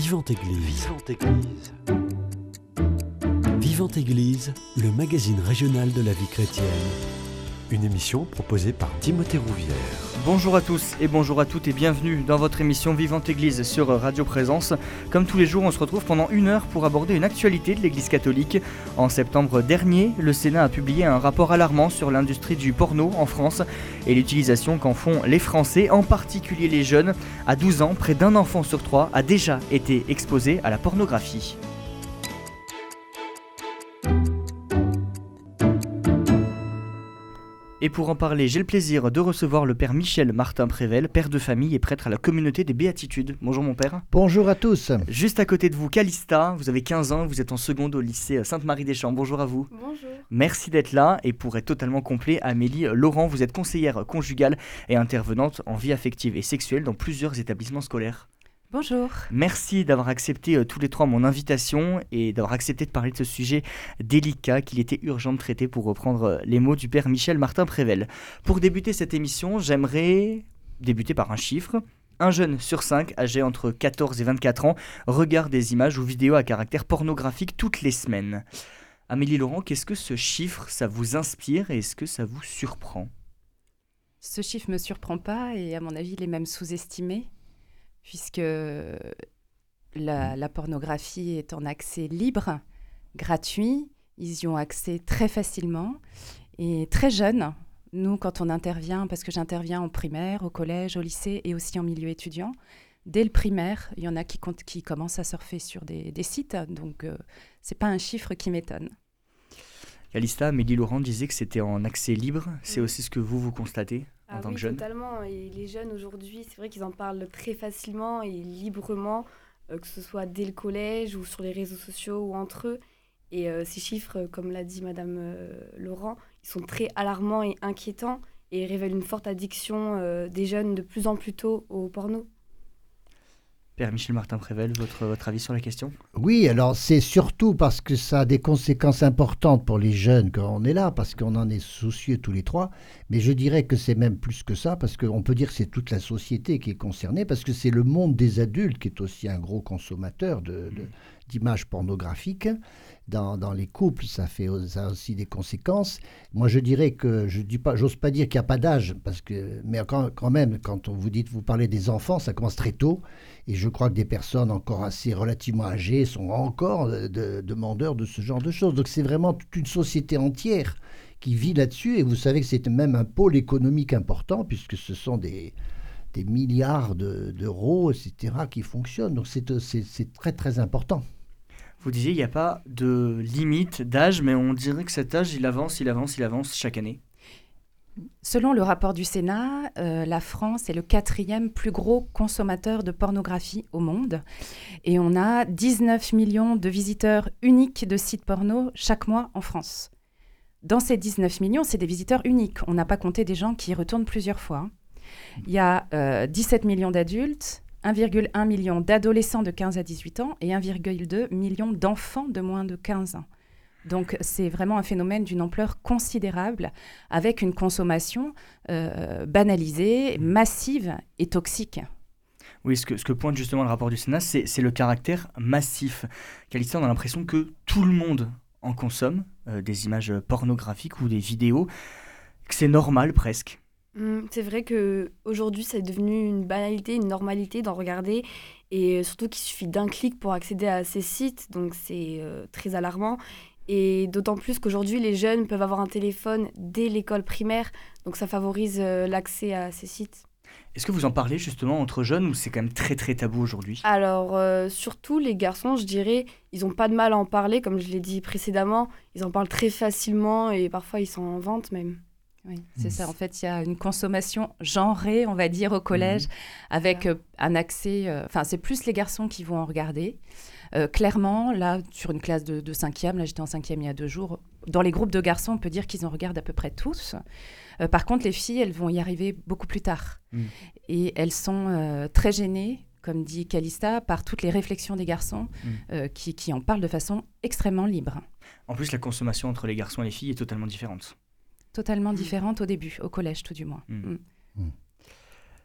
Vivante Église. Vivante Église. Vivante Église, le magazine régional de la vie chrétienne. Une émission proposée par Timothée Rouvière. Bonjour à tous et bonjour à toutes et bienvenue dans votre émission Vivante Église sur Radio Présence. Comme tous les jours, on se retrouve pendant 1 heure pour aborder une actualité de l'Église catholique. En septembre dernier, le Sénat a publié un rapport alarmant sur l'industrie du porno en France et l'utilisation qu'en font les Français, en particulier les jeunes. À 12 ans, près d'un enfant sur 3 a déjà été exposé à la pornographie. Et pour en parler, j'ai le plaisir de recevoir le père Michel Martin-Prével, père de famille et prêtre à la communauté des Béatitudes. Bonjour mon père. Bonjour à tous. Juste à côté de vous, Calista, vous avez 15 ans, vous êtes en seconde au lycée Sainte-Marie-des-Champs. Bonjour à vous. Bonjour. Merci d'être là. Et pour être totalement complet, Amélie Laurent, vous êtes conseillère conjugale et intervenante en vie affective et sexuelle dans plusieurs établissements scolaires. Bonjour. Merci d'avoir accepté tous les trois mon invitation et d'avoir accepté de parler de ce sujet délicat qu'il était urgent de traiter, pour reprendre les mots du père Michel Martin-Prével. Pour débuter cette émission, j'aimerais débuter par un chiffre. Un jeune sur 5 âgé entre 14 et 24 ans regarde des images ou vidéos à caractère pornographique toutes les semaines. Amélie Laurent, qu'est-ce que ce chiffre, ça vous inspire et est-ce que ça vous surprend ? Ce chiffre ne me surprend pas et à mon avis, il est même sous-estimé, puisque la pornographie est en accès libre, gratuit, ils y ont accès très facilement et très jeunes. Nous, quand on intervient, parce que j'interviens en primaire, au collège, au lycée et aussi en milieu étudiant, dès le primaire, il y en a qui commencent à surfer sur des sites, donc ce n'est pas un chiffre qui m'étonne. Calista, Amélie Laurent disait que c'était en accès libre, c'est aussi ce que vous constatez en tant que jeune ? Totalement, et les jeunes aujourd'hui, c'est vrai qu'ils en parlent très facilement et librement, que ce soit dès le collège ou sur les réseaux sociaux ou entre eux. Et ces chiffres, comme l'a dit Madame Laurent, ils sont très alarmants et inquiétants et révèlent une forte addiction des jeunes de plus en plus tôt au porno. Père Michel Martin-Prével, votre avis sur la question ? Oui, alors c'est surtout parce que ça a des conséquences importantes pour les jeunes qu'on est là, parce qu'on en est soucieux tous les trois. Mais je dirais que c'est même plus que ça, parce qu'on peut dire que c'est toute la société qui est concernée, parce que c'est le monde des adultes qui est aussi un gros consommateur d'images pornographiques. Dans les couples, ça a aussi des conséquences. Moi, je dirais que, j'ose pas dire qu'il n'y a pas d'âge, mais quand même, quand vous parlez des enfants, ça commence très tôt. Et je crois que des personnes encore assez relativement âgées sont encore demandeurs de ce genre de choses. Donc c'est vraiment toute une société entière qui vit là-dessus. Et vous savez que c'est même un pôle économique important, puisque ce sont des milliards d'euros, etc., qui fonctionnent. Donc c'est très, très important. Vous disiez qu'il n'y a pas de limite d'âge, mais on dirait que cet âge, il avance chaque année. Selon le rapport du Sénat, la France est le 4e plus gros consommateur de pornographie au monde. Et on a 19 millions de visiteurs uniques de sites porno chaque mois en France. Dans ces 19 millions, c'est des visiteurs uniques. On n'a pas compté des gens qui y retournent plusieurs fois. Il y a 17 millions d'adultes, 1,1 million d'adolescents de 15 à 18 ans et 1,2 million d'enfants de moins de 15 ans. Donc, c'est vraiment un phénomène d'une ampleur considérable, avec une consommation banalisée, massive et toxique. Oui, ce que pointe justement le rapport du Sénat, c'est le caractère massif. Calista, on a l'impression que tout le monde en consomme, des images pornographiques ou des vidéos, que c'est normal presque. C'est vrai qu'aujourd'hui, c'est devenu une banalité, une normalité d'en regarder, et surtout qu'il suffit d'un clic pour accéder à ces sites, donc c'est très alarmant. Et d'autant plus qu'aujourd'hui, les jeunes peuvent avoir un téléphone dès l'école primaire, donc ça favorise l'accès à ces sites. Est-ce que vous en parlez justement entre jeunes ou c'est quand même très très tabou aujourd'hui ? Alors, surtout les garçons, je dirais, ils n'ont pas de mal à en parler, comme je l'ai dit précédemment, ils en parlent très facilement et parfois ils s'en vantent même. Oui, c'est ça. En fait, il y a une consommation genrée, on va dire, au collège, avec un accès... c'est plus les garçons qui vont en regarder. Clairement, là, sur une classe de 5e, là, j'étais en 5e il y a 2 jours, dans les groupes de garçons, on peut dire qu'ils en regardent à peu près tous. Par contre, les filles, elles vont y arriver beaucoup plus tard. Et elles sont très gênées, comme dit Calista, par toutes les réflexions des garçons qui en parlent de façon extrêmement libre. En plus, la consommation entre les garçons et les filles est totalement différente. Totalement différente au début, au collège tout du moins.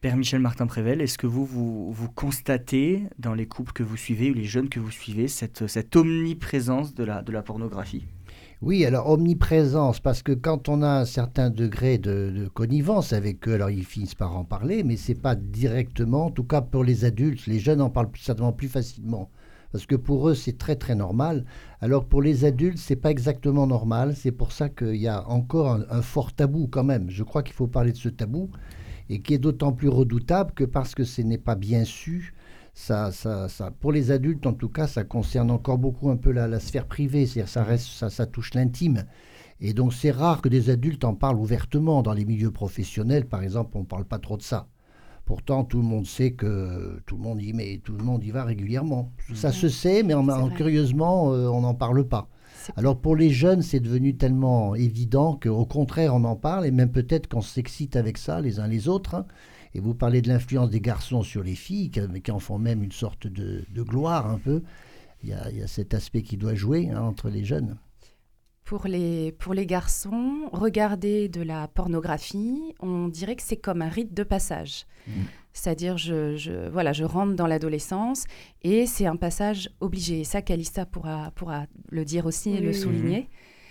Père Michel Martin-Prével, est-ce que vous constatez dans les couples que vous suivez ou les jeunes que vous suivez cette omniprésence de la pornographie ? Oui, alors omniprésence, parce que quand on a un certain degré de connivence avec eux, alors ils finissent par en parler, mais c'est pas directement, en tout cas pour les adultes, les jeunes en parlent certainement plus facilement, parce que pour eux c'est très très normal, alors pour les adultes c'est pas exactement normal, c'est pour ça qu'il y a encore un fort tabou quand même, je crois qu'il faut parler de ce tabou, et qui est d'autant plus redoutable que parce que ce n'est pas bien su, ça, pour les adultes en tout cas, ça concerne encore beaucoup un peu la sphère privée, c'est-à-dire ça touche l'intime. Et donc c'est rare que des adultes en parlent ouvertement. Dans les milieux professionnels, par exemple, on ne parle pas trop de ça. Pourtant, tout le monde sait que tout le monde y va régulièrement. Ça se sait, mais curieusement, on n'en parle pas. Alors pour les jeunes, c'est devenu tellement évident qu'au contraire, on en parle, et même peut-être qu'on s'excite avec ça les uns les autres. Hein. Et vous parlez de l'influence des garçons sur les filles, qui en font même une sorte de gloire un peu. Il y a cet aspect qui doit jouer entre les jeunes. Pour les garçons, regarder de la pornographie, on dirait que c'est comme un rite de passage. C'est-à-dire, je rentre dans l'adolescence et c'est un passage obligé. Et ça, Calista pourra le dire aussi et le souligner.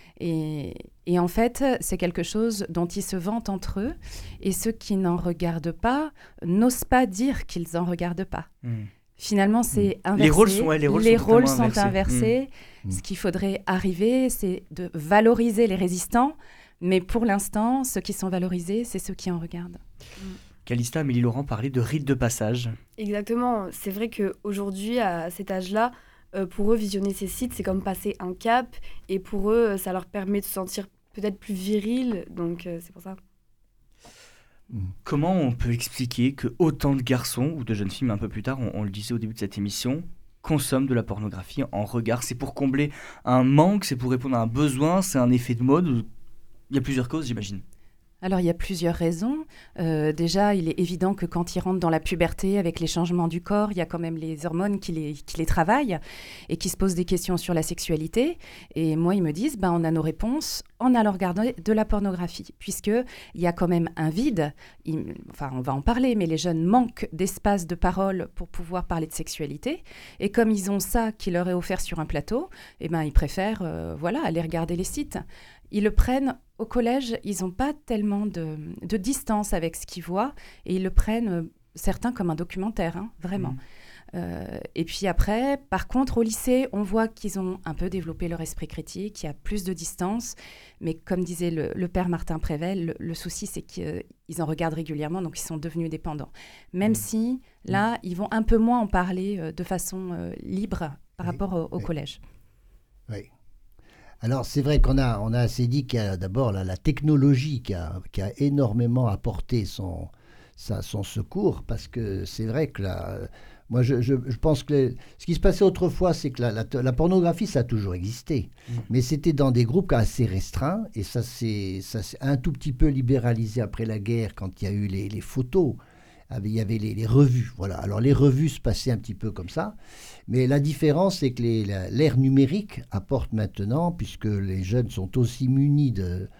Et en fait, c'est quelque chose dont ils se vantent entre eux. Et ceux qui n'en regardent pas n'osent pas dire qu'ils n'en regardent pas. Finalement, c'est inversé. Les rôles sont inversés. Ce qu'il faudrait arriver, c'est de valoriser les résistants. Mais pour l'instant, ceux qui sont valorisés, c'est ceux qui en regardent. Calista, Amélie Laurent parlait de rite de passage. Exactement. C'est vrai qu'aujourd'hui, à cet âge-là, pour eux, visionner ces sites, c'est comme passer un cap. Et pour eux, ça leur permet de se sentir peut-être plus viril. Donc, c'est pour ça. Comment on peut expliquer que autant de garçons, ou de jeunes filles, mais un peu plus tard, on le disait au début de cette émission, consomment de la pornographie en regard? C'est pour combler un manque, c'est pour répondre à un besoin, c'est un effet de mode? Il y a plusieurs causes, j'imagine. Alors, il y a plusieurs raisons. Déjà, il est évident que quand ils rentrent dans la puberté, avec les changements du corps, il y a quand même les hormones qui les travaillent et qui se posent des questions sur la sexualité. Et moi, ils me disent, on a nos réponses en allant regarder de la pornographie, puisqu'il y a quand même un vide. On va en parler, mais les jeunes manquent d'espace de parole pour pouvoir parler de sexualité. Et comme ils ont ça qui leur est offert sur un plateau, ils préfèrent aller regarder les sites. Ils le prennent au collège, ils n'ont pas tellement de distance avec ce qu'ils voient et ils le prennent, certains, comme un documentaire, vraiment. Et puis après, par contre, au lycée, on voit qu'ils ont un peu développé leur esprit critique, il y a plus de distance. Mais comme disait le père Martin-Prével, le souci, c'est qu'ils en regardent régulièrement, donc ils sont devenus dépendants. Même si, là, ils vont un peu moins en parler de façon libre par rapport au collège. Oui. Alors, c'est vrai qu'on a assez dit qu'il y a d'abord la technologie qui a énormément apporté son secours, parce que c'est vrai que moi, je pense que ce qui se passait autrefois, c'est que la pornographie, ça a toujours existé, mais c'était dans des groupes assez restreints, et ça s'est un tout petit peu libéralisé après la guerre, quand il y a eu les photos. Il y avait les revues, voilà. Alors les revues se passaient un petit peu comme ça, mais la différence, c'est que l'ère numérique apporte maintenant, puisque les jeunes sont aussi munis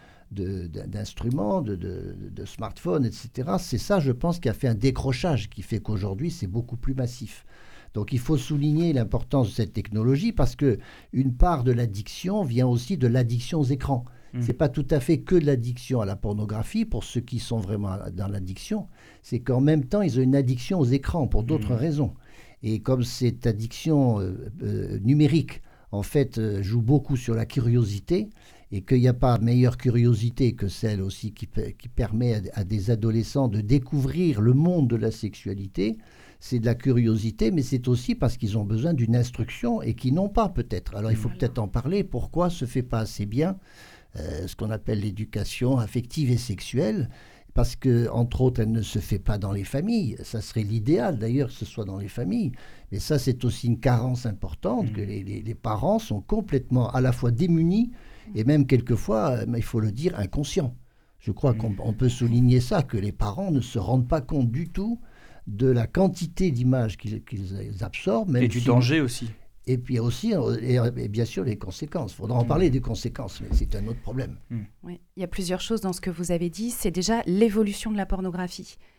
d'instruments, de smartphones, etc. C'est ça, je pense, qui a fait un décrochage, qui fait qu'aujourd'hui, c'est beaucoup plus massif. Donc il faut souligner l'importance de cette technologie, parce qu'une part de l'addiction vient aussi de l'addiction aux écrans. Ce n'est pas tout à fait que de l'addiction à la pornographie, pour ceux qui sont vraiment dans l'addiction. C'est qu'en même temps, ils ont une addiction aux écrans pour d'autres raisons. Et comme cette addiction numérique, en fait, joue beaucoup sur la curiosité, et qu'il n'y a pas meilleure curiosité que celle aussi qui permet à des adolescents de découvrir le monde de la sexualité, c'est de la curiosité, mais c'est aussi parce qu'ils ont besoin d'une instruction et qu'ils n'ont pas peut-être. Alors il faut peut-être en parler. Pourquoi ne se fait pas assez bien ce qu'on appelle l'éducation affective et sexuelle, parce que, entre autres, elle ne se fait pas dans les familles. Ça serait l'idéal, d'ailleurs, que ce soit dans les familles. Mais ça, c'est aussi une carence importante, que les parents sont complètement à la fois démunis et même quelquefois, il faut le dire, inconscients. Je crois qu'on peut souligner ça, que les parents ne se rendent pas compte du tout de la quantité d'images qu'ils absorbent. Même et du danger aussi. Et puis aussi, et bien sûr, les conséquences. Il faudra en parler des conséquences, mais c'est un autre problème. Oui, il y a plusieurs choses dans ce que vous avez dit. C'est déjà l'évolution de la pornographie.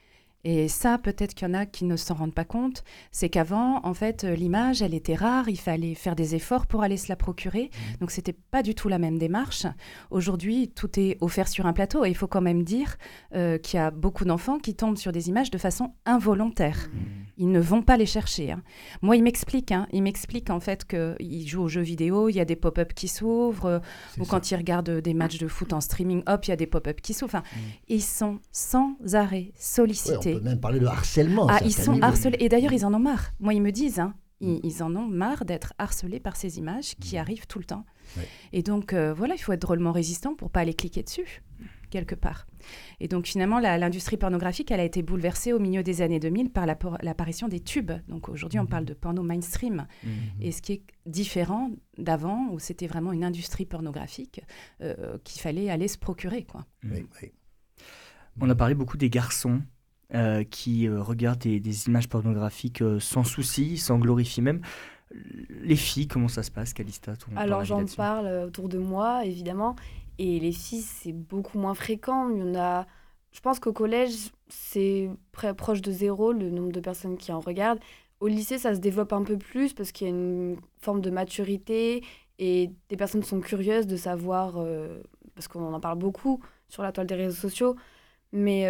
Et ça, peut-être qu'il y en a qui ne s'en rendent pas compte, c'est qu'avant, en fait, l'image, elle était rare, il fallait faire des efforts pour aller se la procurer, donc c'était pas du tout la même démarche. Aujourd'hui, tout est offert sur un plateau, et il faut quand même dire qu'il y a beaucoup d'enfants qui tombent sur des images de façon involontaire. Ils ne vont pas les chercher. Hein. Moi, il m'explique en fait qu'il joue aux jeux vidéo, il y a des pop-up qui s'ouvrent, ou quand il regarde des matchs de foot en streaming, hop, il y a des pop-up qui s'ouvrent. Enfin, ils sont sans arrêt sollicités. On peut même parler de harcèlement. Ils sont harcelés. Et d'ailleurs, ils en ont marre. Moi, ils me disent, ils en ont marre d'être harcelés par ces images qui arrivent tout le temps. Ouais. Et donc, il faut être drôlement résistant pour ne pas aller cliquer dessus, quelque part. Et donc, finalement, l'industrie pornographique, elle a été bouleversée au milieu des années 2000 par l'apparition des tubes. Donc, aujourd'hui, on parle de porno mainstream. Et ce qui est différent d'avant, où c'était vraiment une industrie pornographique qu'il fallait aller se procurer, quoi. Oui. On a parlé beaucoup des garçons qui regardent des images pornographiques sans souci, sans glorifier même. Les filles, comment ça se passe, Calista? Alors j'en parle autour de moi, évidemment, et les filles, c'est beaucoup moins fréquent. Il y en a, je pense qu'au collège, c'est proche de 0, le nombre de personnes qui en regardent. Au lycée, ça se développe un peu plus parce qu'il y a une forme de maturité et des personnes sont curieuses de savoir, parce qu'on en parle beaucoup sur la toile des réseaux sociaux, mais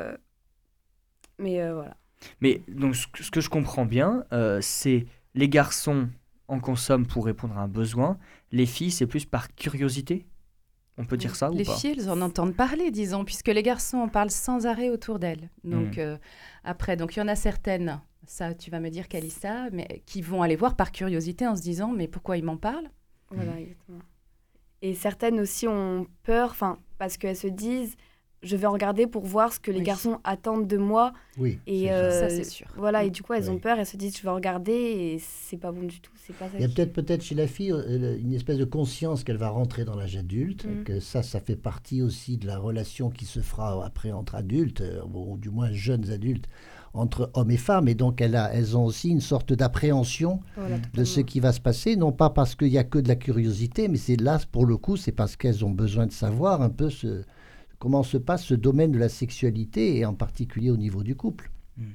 voilà. Mais donc, ce que je comprends bien, c'est les garçons en consomment pour répondre à un besoin. Les filles, c'est plus par curiosité. On peut dire ça ou pas? Les filles, elles en entendent parler, disons, puisque les garçons en parlent sans arrêt autour d'elles. Donc, après, il y en a certaines, ça tu vas me dire, Calista, mais qui vont aller voir par curiosité en se disant, mais pourquoi ils m'en parlent? Voilà, exactement. Et certaines aussi ont peur, parce qu'elles se disent... Je vais regarder pour voir ce que les garçons attendent de moi. Oui, et ça, c'est sûr. Voilà, et du coup, elles ont peur, elles se disent, je vais regarder, et c'est pas bon du tout. C'est pas ça. Il y a peut-être chez la fille une espèce de conscience qu'elle va rentrer dans l'âge adulte, que ça fait partie aussi de la relation qui se fera après entre adultes, ou du moins jeunes adultes, entre hommes et femmes. Et donc, elles ont aussi une sorte d'appréhension de ce qui va se passer, non pas parce qu'il n'y a que de la curiosité, mais c'est là, pour le coup, c'est parce qu'elles ont besoin de savoir un peu comment se passe ce domaine de la sexualité, et en particulier au niveau du couple.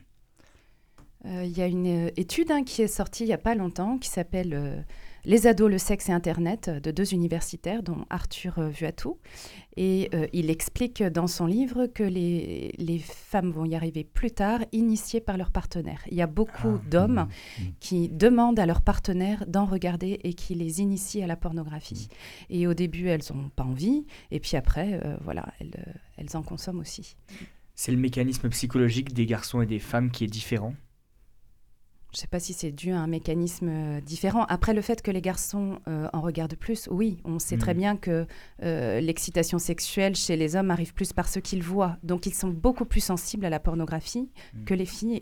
Il y a une étude qui est sortie il n'y a pas longtemps, qui s'appelle « Les ados, le sexe et Internet » de 2 universitaires, dont Arthur Vuattou. Et il explique dans son livre que les femmes vont y arriver plus tard, initiées par leur partenaire. Il y a beaucoup d'hommes qui demandent à leur partenaire d'en regarder et qui les initient à la pornographie. Et au début, elles n'ont pas envie. Et puis après, elles en consomment aussi. C'est le mécanisme psychologique des garçons et des femmes qui est différent? Je ne sais pas si c'est dû à un mécanisme différent. Après, le fait que les garçons en regardent plus, oui, on sait très bien que l'excitation sexuelle chez les hommes arrive plus par ce qu'ils voient. Donc, ils sont beaucoup plus sensibles à la pornographie que les filles.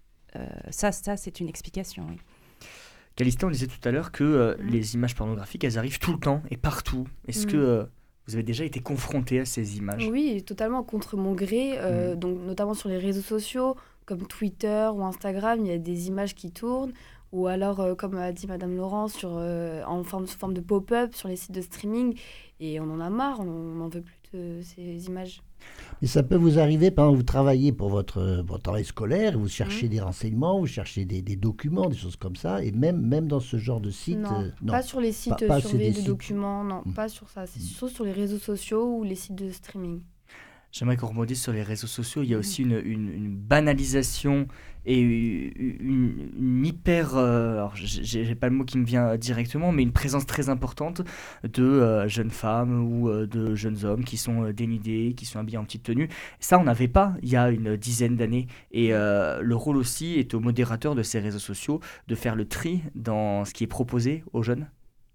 Ça, c'est une explication, oui. Calista, on disait tout à l'heure que les images pornographiques, elles arrivent tout le temps et partout. Est-ce que vous avez déjà été confronté à ces images? Oui, totalement contre mon gré, donc, notamment sur les réseaux sociaux, comme Twitter ou Instagram, il y a des images qui tournent, ou alors, comme a dit Madame Laurence, sous forme de pop-up sur les sites de streaming, et on en a marre, on n'en veut plus de ces images. Et ça peut vous arriver, par exemple, vous travaillez pour votre travail scolaire, vous cherchez des renseignements, vous cherchez des documents, des choses comme ça, et même dans ce genre de site... Non, pas sur les sites surveillés de documents, non, pas sur ça, c'est surtout sur les réseaux sociaux ou les sites de streaming. J'aimerais qu'on rebondisse sur les réseaux sociaux. Il y a aussi une banalisation et une hyper... alors, j'ai pas le mot qui me vient directement, mais une présence très importante de jeunes femmes ou de jeunes hommes qui sont dénudés, qui sont habillés en petite tenue. Ça, on n'avait pas il y a une dizaine d'années. Et le rôle aussi est au modérateur de ces réseaux sociaux de faire le tri dans ce qui est proposé aux jeunes.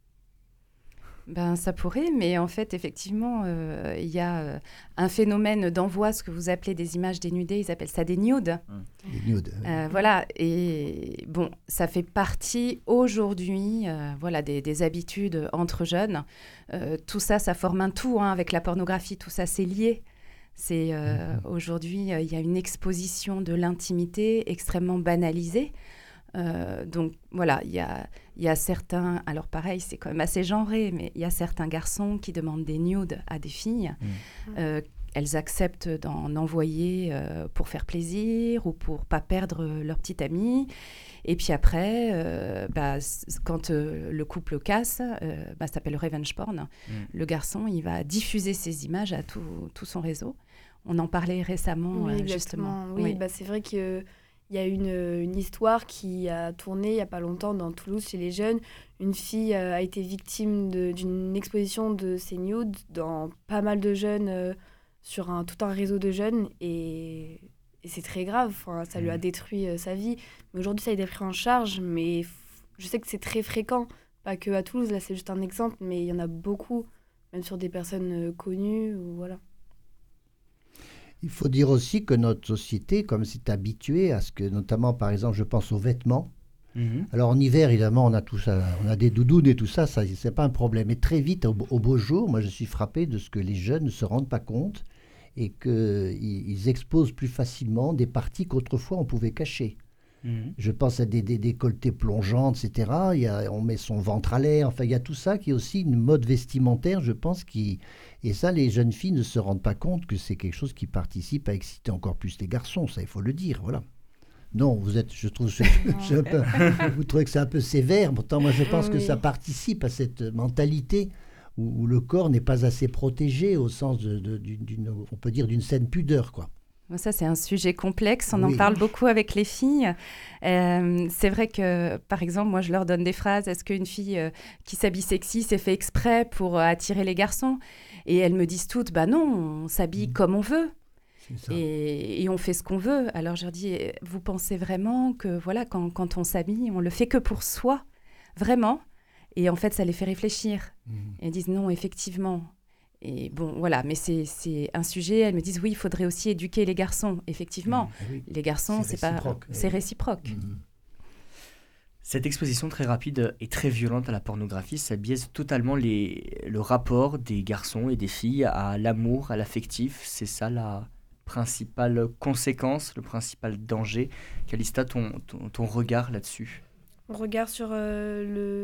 Ça pourrait, mais en fait, effectivement, il y a un phénomène d'envoi, ce que vous appelez des images dénudées, ils appellent ça des nudes. Des nudes. Voilà, et bon, ça fait partie aujourd'hui des habitudes entre jeunes. Tout ça, ça forme un tout avec la pornographie, tout ça, c'est lié. Aujourd'hui, il y a une exposition de l'intimité extrêmement banalisée. Donc voilà, il y a certains, alors pareil, c'est quand même assez genré, mais il y a certains garçons qui demandent des nudes à des filles, elles acceptent d'en envoyer pour faire plaisir ou pour pas perdre leur petite amie. Et puis après, quand le couple casse, ça s'appelle le revenge porn. Le garçon, il va diffuser ces images à tout son réseau. On en parlait récemment, justement. Oui, c'est vrai qu'il y a une histoire qui a tourné il n'y a pas longtemps dans Toulouse chez les jeunes. Une fille a été victime d'une exposition de ses nudes dans pas mal de jeunes, sur tout un réseau de jeunes. Et c'est très grave, ça lui a détruit sa vie. Mais aujourd'hui, ça a été pris en charge, mais je sais que c'est très fréquent. Pas que à Toulouse, là c'est juste un exemple, mais il y en a beaucoup, même sur des personnes connues. Voilà. Il faut dire aussi que notre société, comme c'est habitué à ce que, notamment par exemple, je pense aux vêtements. Alors en hiver, évidemment, on a tout ça, on a des doudounes et tout ça, c'est pas un problème. Mais très vite, au beau jour, moi je suis frappé de ce que les jeunes ne se rendent pas compte et qu'ils exposent plus facilement des parties qu'autrefois on pouvait cacher. Je pense à des décolletés plongeants, etc. On met son ventre à l'air. Enfin, il y a tout ça qui est aussi une mode vestimentaire, je pense. Et ça, les jeunes filles ne se rendent pas compte que c'est quelque chose qui participe à exciter encore plus les garçons. Ça, il faut le dire. Voilà. Non, vous trouvez que c'est un peu sévère. Pourtant, moi, je pense que ça participe à cette mentalité où le corps n'est pas assez protégé au sens on peut dire, d'une saine pudeur, quoi. Ça, c'est un sujet complexe. On en parle beaucoup avec les filles. C'est vrai que, par exemple, moi, je leur donne des phrases. Est-ce qu'une fille qui s'habille sexy, c'est fait exprès pour attirer les garçons ? Et elles me disent toutes, non, on s'habille comme on veut. Et on fait ce qu'on veut. Alors, je leur dis, vous pensez vraiment que, voilà, quand on s'habille, on le fait que pour soi ? Vraiment ? Et en fait, ça les fait réfléchir. Et elles disent, non, effectivement. Et bon, voilà, mais c'est un sujet. Elles me disent, oui, il faudrait aussi éduquer les garçons. Effectivement, les garçons, c'est réciproque. Cette exposition très rapide et très violente à la pornographie, ça biaise totalement le rapport des garçons et des filles à l'amour, à l'affectif. C'est ça la principale conséquence, le principal danger. Calista, ton regard là-dessus ? Mon regard sur l'exposition ?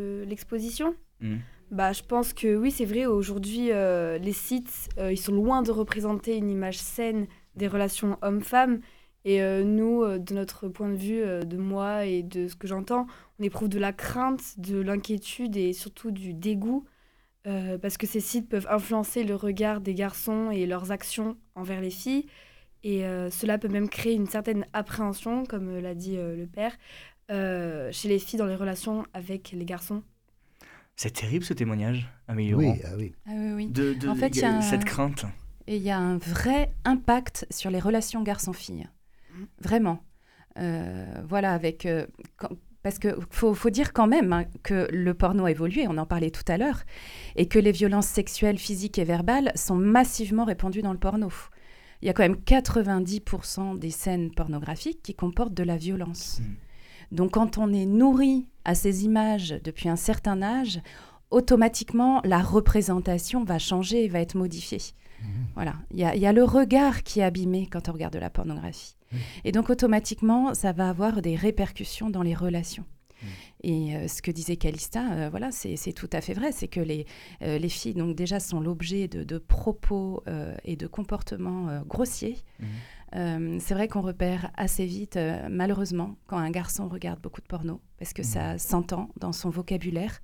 Je pense que oui, c'est vrai, aujourd'hui, les sites, ils sont loin de représenter une image saine des relations hommes-femmes. Et nous, de notre point de vue, de moi et de ce que j'entends, on éprouve de la crainte, de l'inquiétude et surtout du dégoût, parce que ces sites peuvent influencer le regard des garçons et leurs actions envers les filles. Et cela peut même créer une certaine appréhension, comme l'a dit le père, chez les filles dans les relations avec les garçons. C'est terrible ce témoignage, Amélie Laurent. Oui. En fait, cette crainte. Et il y a un vrai impact sur les relations garçons-filles. Vraiment. Voilà, parce qu'il faut dire quand même que le porno a évolué, on en parlait tout à l'heure, et que les violences sexuelles, physiques et verbales sont massivement répandues dans le porno. Il y a quand même 90% des scènes pornographiques qui comportent de la violence. Donc quand on est nourri à ces images depuis un certain âge, automatiquement la représentation va changer et va être modifiée. Voilà, il y a le regard qui est abîmé quand on regarde de la pornographie. Et donc automatiquement, ça va avoir des répercussions dans les relations. Et ce que disait Calista, voilà, c'est tout à fait vrai, c'est que les filles donc déjà sont l'objet de propos et de comportements grossiers. C'est vrai qu'on repère assez vite, malheureusement, quand un garçon regarde beaucoup de porno, parce que ça s'entend dans son vocabulaire.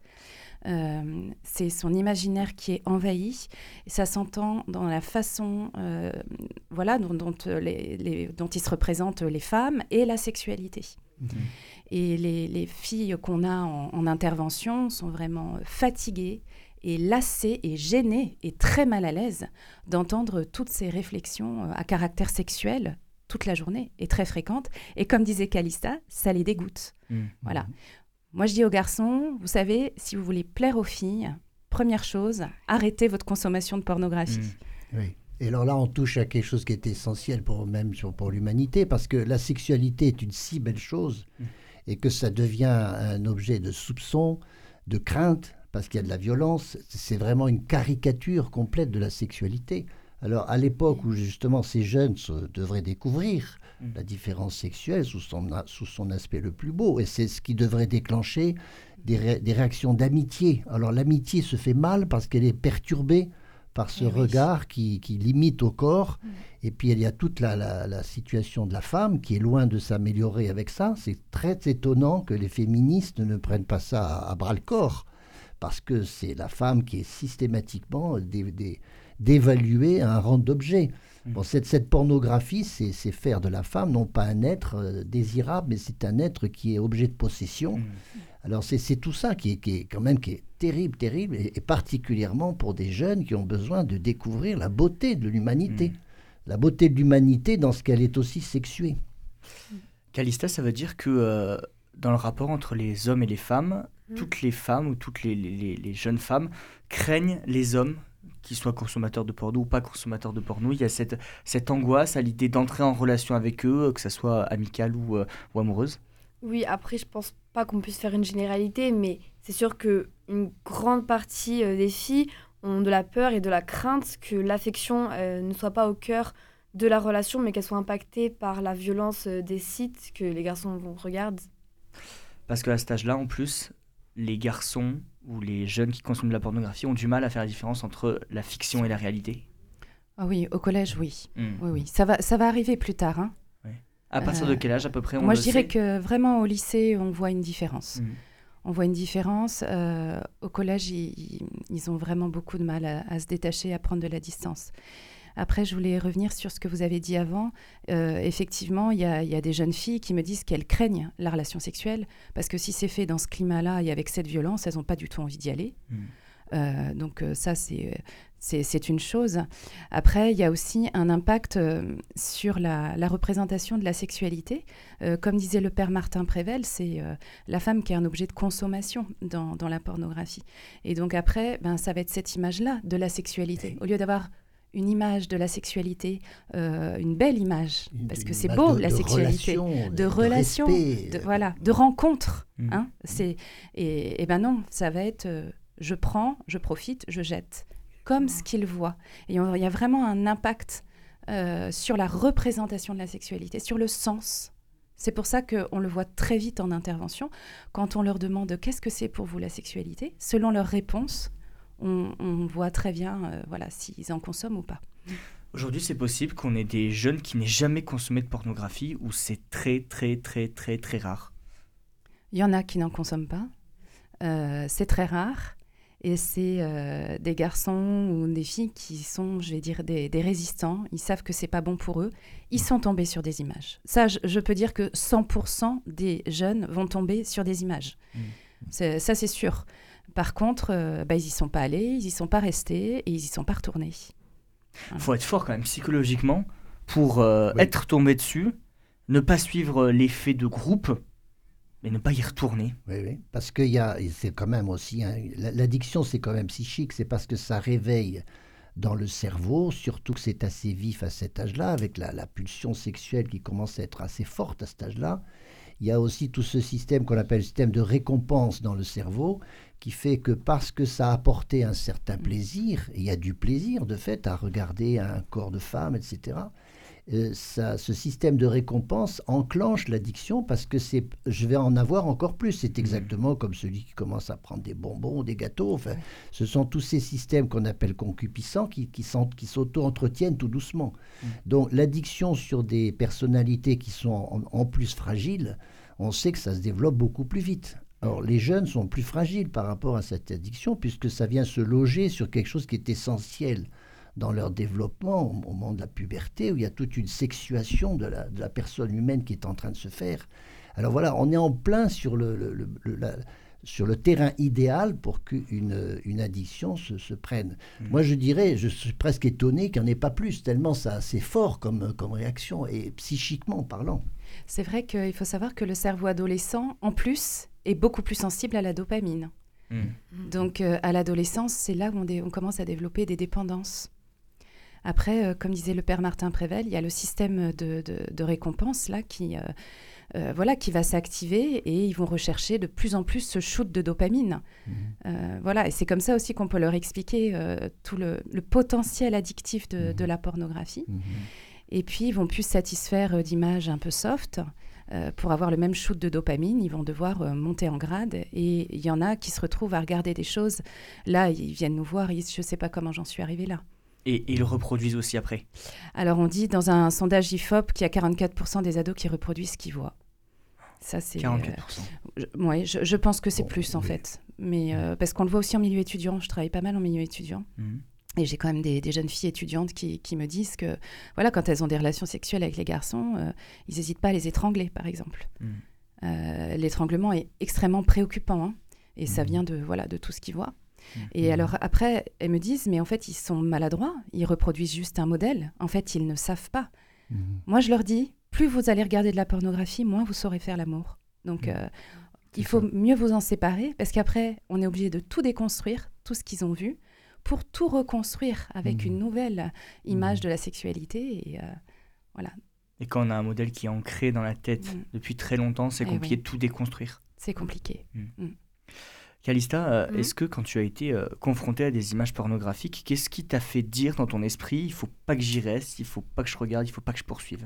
C'est son imaginaire qui est envahi, et ça s'entend dans la façon dont il se représente les femmes et la sexualité. Et les filles qu'on a en intervention sont vraiment fatiguées et lassées et gênées et très mal à l'aise d'entendre toutes ces réflexions à caractère sexuel toute la journée et très fréquentes. Et comme disait Calista, ça les dégoûte. Voilà. Moi, je dis aux garçons, vous savez, si vous voulez plaire aux filles, première chose, arrêtez votre consommation de pornographie. Oui. Et alors là, on touche à quelque chose qui est essentiel pour l'humanité, parce que la sexualité est une si belle chose, et que ça devient un objet de soupçon, de crainte, parce qu'il y a de la violence. C'est vraiment une caricature complète de la sexualité. Alors, à l'époque où justement ces jeunes devraient découvrir la différence sexuelle sous son aspect le plus beau, et c'est ce qui devrait déclencher des réactions d'amitié. Alors, l'amitié se fait mal parce qu'elle est perturbée par ce Eh oui. regard qui limite au corps. Et puis il y a toute la situation de la femme qui est loin de s'améliorer avec ça. C'est très étonnant que les féministes ne prennent pas ça à bras le corps, parce que c'est la femme qui est systématiquement dévaluée à un rang d'objet. Bon, cette pornographie, c'est faire de la femme non pas un être désirable, mais c'est un être qui est objet de possession. Alors c'est tout ça qui est quand même qui est terrible, terrible, et particulièrement pour des jeunes qui ont besoin de découvrir la beauté de l'humanité. La beauté de l'humanité dans ce qu'elle est aussi sexuée. Calista, ça veut dire que dans le rapport entre les hommes et les femmes, toutes les femmes ou toutes les jeunes femmes craignent les hommes, qu'ils soient consommateurs de porno ou pas consommateurs de porno. Il y a cette angoisse à l'idée d'entrer en relation avec eux, que ça soit amicale ou amoureuse. Oui, après, je pense pas qu'on puisse faire une généralité, mais c'est sûr qu'une grande partie des filles ont de la peur et de la crainte que l'affection ne soit pas au cœur de la relation, mais qu'elle soit impactée par la violence des sites que les garçons regardent. Parce qu'à cet âge-là, en plus, les garçons ou les jeunes qui consomment de la pornographie ont du mal à faire la différence entre la fiction et la réalité. Ah oui, au collège, oui. Oui. Ça va arriver plus tard, hein. À partir de quel âge à peu près Moi, je dirais que vraiment au lycée, on voit une différence. On voit une différence. Au collège, ils ont vraiment beaucoup de mal à se détacher, à prendre de la distance. Après, je voulais revenir sur ce que vous avez dit avant. Effectivement, il y a des jeunes filles qui me disent qu'elles craignent la relation sexuelle, parce que si c'est fait dans ce climat-là et avec cette violence, elles n'ont pas du tout envie d'y aller. Donc ça, c'est une chose. Après, il y a aussi un impact sur la représentation de la sexualité. Comme disait le père Martin Prével, c'est la femme qui est un objet de consommation dans la pornographie. Et donc après, ça va être cette image-là de la sexualité. Au lieu d'avoir une image de la sexualité, une belle image, parce que c'est beau, la sexualité, de relation, de rencontre. Hein, et ben non, ça va être je prends, je profite, je jette, comme ce qu'ils voient. Et il y a vraiment un impact sur la représentation de la sexualité, sur le sens. C'est pour ça qu'on le voit très vite en intervention. Quand on leur demande « Qu'est-ce que c'est pour vous la sexualité ?», selon leur réponse, on voit très bien s'ils en consomment ou pas. Aujourd'hui, c'est possible qu'on ait des jeunes qui n'aient jamais consommé de pornographie, ou c'est très, très, très, très, très rare. Il y en a qui n'en consomment pas. C'est très rare. Et c'est des garçons ou des filles qui sont, je vais dire, des résistants. Ils savent que c'est pas bon pour eux. Ils sont tombés sur des images. Ça, je peux dire que 100% des jeunes vont tomber sur des images. Ça, c'est sûr. Par contre, ils y sont pas allés, ils y sont pas restés et ils y sont pas retournés. Il faut être fort quand même psychologiquement pour être tombé dessus, ne pas suivre l'effet de groupe, mais ne pas y retourner. Oui, parce que c'est quand même aussi... l'addiction, c'est quand même psychique. C'est parce que ça réveille dans le cerveau, surtout que c'est assez vif à cet âge-là, avec la pulsion sexuelle qui commence à être assez forte à cet âge-là. Il y a aussi tout ce système qu'on appelle le système de récompense dans le cerveau, qui fait que parce que ça a apporté un certain plaisir, et il y a du plaisir de fait à regarder un corps de femme, etc., ce système de récompense enclenche l'addiction parce que je vais en avoir encore plus. C'est exactement comme celui qui commence à prendre des bonbons ou des gâteaux. Enfin, ce sont tous ces systèmes qu'on appelle concupiscents qui s'auto-entretiennent tout doucement. Donc l'addiction sur des personnalités qui sont en plus fragiles, on sait que ça se développe beaucoup plus vite. Alors les jeunes sont plus fragiles par rapport à cette addiction puisque ça vient se loger sur quelque chose qui est essentiel dans leur développement au moment de la puberté, où il y a toute une sexuation de la personne humaine qui est en train de se faire. Alors voilà, on est en plein sur le terrain idéal pour qu'une addiction se prenne. Moi, je dirais, je suis presque étonné qu'il n'y en ait pas plus, tellement c'est fort comme réaction, et psychiquement parlant. C'est vrai qu'il faut savoir que le cerveau adolescent, en plus, est beaucoup plus sensible à la dopamine. Donc, à l'adolescence, c'est là où on commence à développer des dépendances. Après, comme disait le père Martin Prével, il y a le système de récompense là, qui va s'activer et ils vont rechercher de plus en plus ce shoot de dopamine. Et c'est comme ça aussi qu'on peut leur expliquer tout le potentiel addictif de la pornographie. Et puis, ils vont plus se satisfaire d'images un peu soft. pour avoir le même shoot de dopamine, ils vont devoir monter en grade. Et il y en a qui se retrouvent à regarder des choses. Là, ils viennent nous voir, ils disent « je ne sais pas comment j'en suis arrivée là ». Et ils le reproduisent aussi après. Alors, on dit dans un sondage IFOP qu'il y a 44% des ados qui reproduisent ce qu'ils voient. Ça, c'est 44%. Oui, je pense que c'est plus en fait. Mais parce qu'on le voit aussi en milieu étudiant. Je travaille pas mal en milieu étudiant. Et j'ai quand même des jeunes filles étudiantes qui me disent que voilà, quand elles ont des relations sexuelles avec les garçons, ils n'hésitent pas à les étrangler, par exemple. L'étranglement est extrêmement préoccupant. Hein, et ça vient de tout ce qu'ils voient. Et alors après, elles me disent, mais en fait, ils sont maladroits, ils reproduisent juste un modèle. En fait, ils ne savent pas. Moi, je leur dis, plus vous allez regarder de la pornographie, moins vous saurez faire l'amour. Donc, il faut mieux vous en séparer, parce qu'après, on est obligé de tout déconstruire, tout ce qu'ils ont vu, pour tout reconstruire avec une nouvelle image de la sexualité. Et voilà. Et quand on a un modèle qui est ancré dans la tête depuis très longtemps, c'est compliqué de tout déconstruire. C'est compliqué. Calista, est-ce que quand tu as été confrontée à des images pornographiques, qu'est-ce qui t'a fait dire dans ton esprit, il ne faut pas que j'y reste, il ne faut pas que je regarde, il ne faut pas que je poursuive?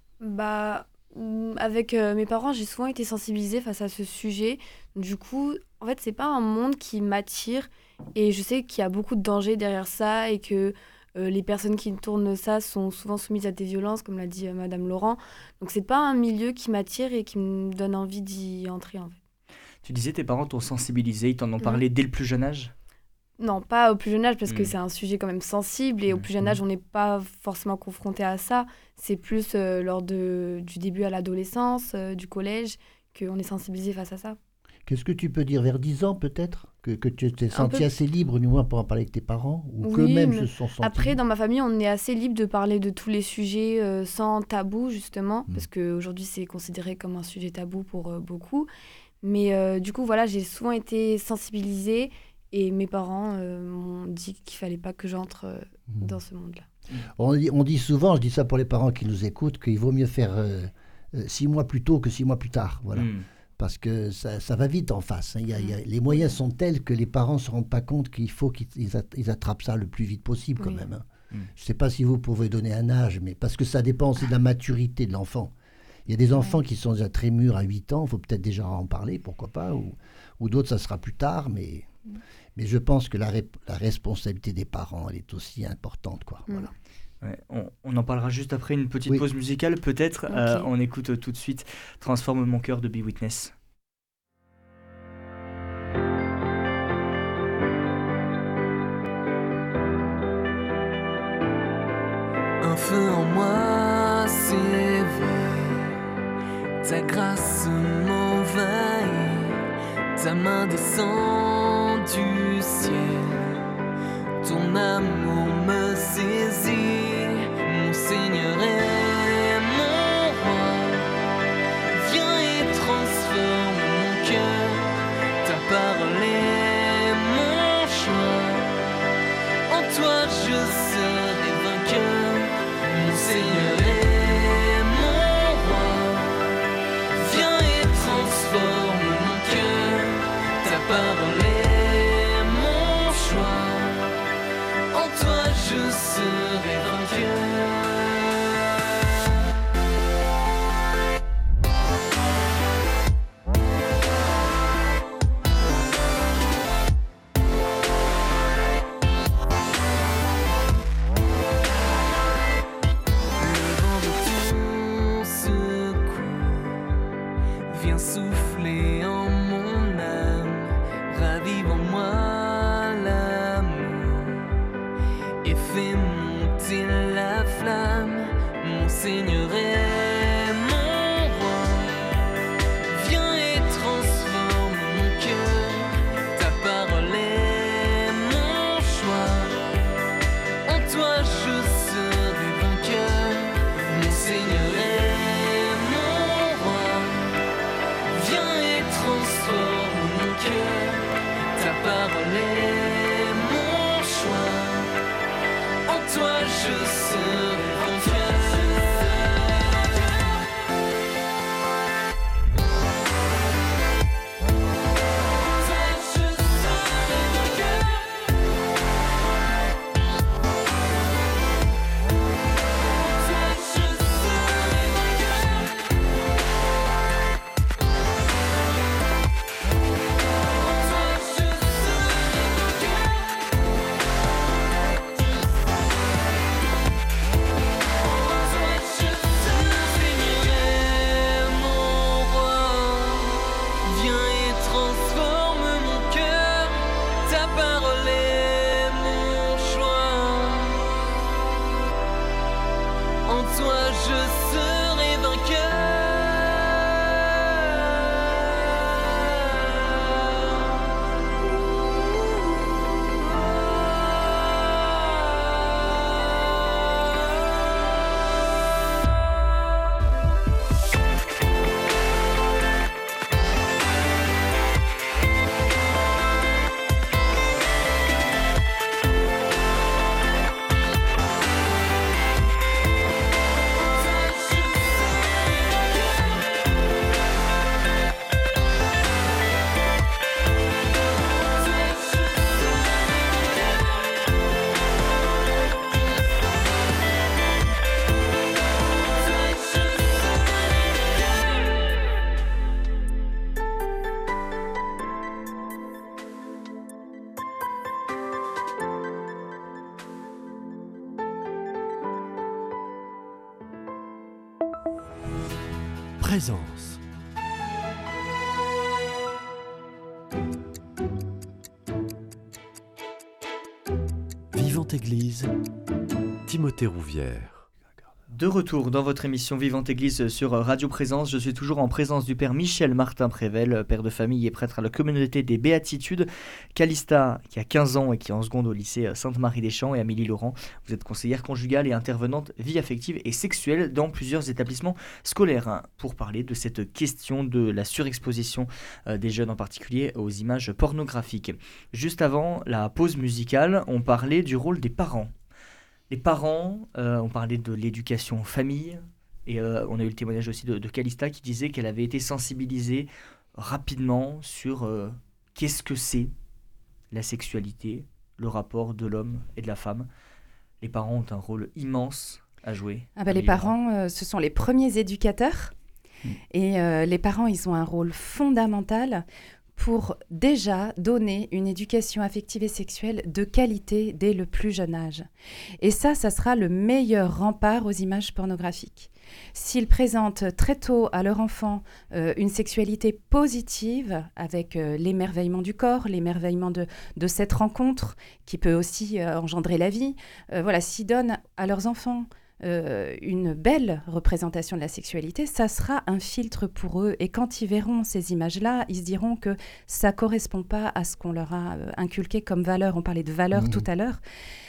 Avec mes parents, j'ai souvent été sensibilisée face à ce sujet. Du coup, en fait, c'est pas un monde qui m'attire. Et je sais qu'il y a beaucoup de dangers derrière ça et que les personnes qui tournent ça sont souvent soumises à des violences, comme l'a dit Madame Laurent. Donc, c'est pas un milieu qui m'attire et qui me donne envie d'y entrer, en fait. Tu disais tes parents t'ont sensibilisé, ils t'en ont parlé dès le plus jeune âge? Non, pas au plus jeune âge, parce que c'est un sujet quand même sensible, et au plus jeune âge, on n'est pas forcément confronté à ça. C'est plus lors du début à l'adolescence, du collège, qu'on est sensibilisé face à ça. Qu'est-ce que tu peux dire vers 10 ans, peut-être que tu t'es senti assez libre, du moins, pour en parler avec tes parents? Ou qu'eux-mêmes se sont sentis... Après, dans ma famille, on est assez libre de parler de tous les sujets sans tabou, justement, parce qu'aujourd'hui, c'est considéré comme un sujet tabou pour beaucoup. Mais du coup, voilà, j'ai souvent été sensibilisée et mes parents m'ont dit qu'il ne fallait pas que j'entre dans ce monde-là. On dit souvent, je dis ça pour les parents qui nous écoutent, qu'il vaut mieux faire 6 mois plus tôt que 6 mois plus tard. Voilà. Parce que ça va vite en face. Hein. Les moyens sont tels que les parents ne se rendent pas compte qu'il faut qu'ils attrapent ça le plus vite possible quand même. Hein. Je ne sais pas si vous pouvez donner un âge, mais parce que ça dépend aussi de la maturité de l'enfant. Il y a des enfants qui sont déjà très mûrs à 8 ans, il faut peut-être déjà en parler, pourquoi pas, ou d'autres, ça sera plus tard, mais je pense que la responsabilité des parents, elle est aussi importante, quoi. Voilà. Ouais, on en parlera juste après une petite pause musicale, peut-être. Okay. On écoute tout de suite Transforme mon cœur de Be Witness. Un feu en moi s'éveille, ta grâce m'envahit, ta main descend du ciel, ton amour me saisit, mon Seigneur est mon roi, viens et transforme mon cœur, ta parole est mon choix, en toi je serai vainqueur, mon Seigneur est mon roi, viens et transforme mon cœur, ta parole est mon choix, en toi je serai vainqueur. Viens souffler en mon âme, ravive en moi l'amour et fais monter la flamme. Mon Seigneur est mon roi, viens et transforme mon cœur, ta parole est mon choix, en toi je serai vainqueur. Mon Seigneur est mon roi, viens et transforme mon cœur, ta parole Présence. Vivante Église, Timothée Rouvière. De retour dans votre émission Vivante Église sur Radio Présence, je suis toujours en présence du père Michel Martin Prével, père de famille et prêtre à la communauté des Béatitudes. Calista, qui a 15 ans et qui est en seconde au lycée Sainte-Marie-des-Champs, et Amélie Laurent, vous êtes conseillère conjugale et intervenante vie affective et sexuelle dans plusieurs établissements scolaires, pour parler de cette question de la surexposition des jeunes en particulier aux images pornographiques. Juste avant la pause musicale, on parlait du rôle des parents. Les parents, on parlait de l'éducation en famille, et on a eu le témoignage aussi de Calista qui disait qu'elle avait été sensibilisée rapidement sur qu'est-ce que c'est la sexualité, le rapport de l'homme et de la femme. Les parents ont un rôle immense à jouer. Les parents, ce sont les premiers éducateurs, et les parents, ils ont un rôle fondamental pour déjà donner une éducation affective et sexuelle de qualité dès le plus jeune âge. Et ça sera le meilleur rempart aux images pornographiques. S'ils présentent très tôt à leur enfant une sexualité positive, avec l'émerveillement du corps, l'émerveillement de cette rencontre, qui peut aussi engendrer la vie, s'ils donnent à leurs enfants une belle représentation de la sexualité, ça sera un filtre pour eux. Et quand ils verront ces images-là, ils se diront que ça ne correspond pas à ce qu'on leur a inculqué comme valeur. On parlait de valeur tout à l'heure.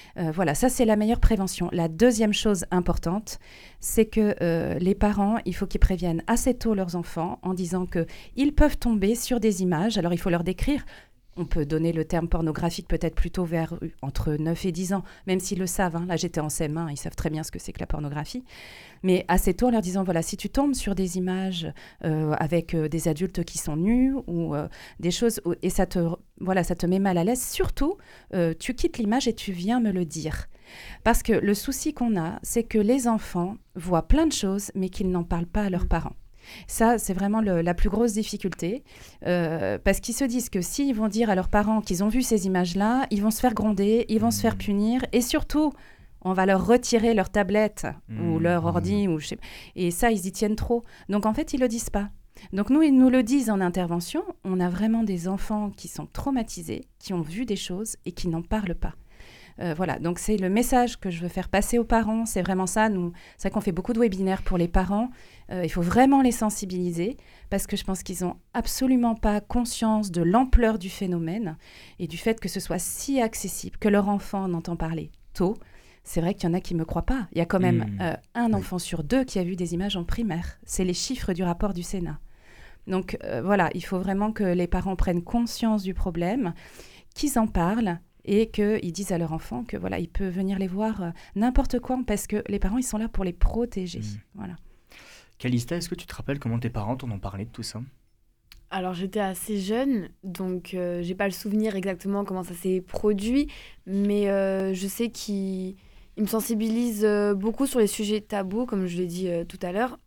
Ça c'est la meilleure prévention. La deuxième chose importante, c'est que les parents, il faut qu'ils préviennent assez tôt leurs enfants en disant qu'ils peuvent tomber sur des images. Alors il faut leur décrire. On peut donner le terme pornographique peut-être plutôt vers entre 9 et 10 ans, même s'ils le savent. Là, j'étais en CM1, ils savent très bien ce que c'est que la pornographie. Mais assez tôt, en leur disant, si tu tombes sur des images avec des adultes qui sont nus ou des choses, et ça te met mal à l'aise, surtout, tu quittes l'image et tu viens me le dire. Parce que le souci qu'on a, c'est que les enfants voient plein de choses, mais qu'ils n'en parlent pas à leurs parents. Ça, c'est vraiment la plus grosse difficulté, parce qu'ils se disent que s'ils vont dire à leurs parents qu'ils ont vu ces images-là, ils vont se faire gronder, ils vont se faire punir, et surtout, on va leur retirer leur tablette ou leur ordi, et ça, ils y tiennent trop. Donc, en fait, ils ne le disent pas. Donc, nous, ils nous le disent en intervention. On a vraiment des enfants qui sont traumatisés, qui ont vu des choses et qui n'en parlent pas. Donc c'est le message que je veux faire passer aux parents, c'est vraiment ça. C'est vrai qu'on fait beaucoup de webinaires pour les parents, il faut vraiment les sensibiliser parce que je pense qu'ils n'ont absolument pas conscience de l'ampleur du phénomène et du fait que ce soit si accessible, que leur enfant en entend parler tôt. C'est vrai qu'il y en a qui ne me croient pas. Il y a quand même un enfant sur 2 qui a vu des images en primaire. C'est les chiffres du rapport du Sénat. Donc il faut vraiment que les parents prennent conscience du problème, qu'ils en parlent, et qu'ils disent à leur enfant que il peut venir les voir n'importe quand, parce que les parents, ils sont là pour les protéger. Calista, est-ce que tu te rappelles comment tes parents t'en ont parlé de tout ça ? Alors, j'étais assez jeune, donc j'ai pas le souvenir exactement comment ça s'est produit, mais je sais qu'ils me sensibilisent beaucoup sur les sujets tabous, comme je l'ai dit tout à l'heure.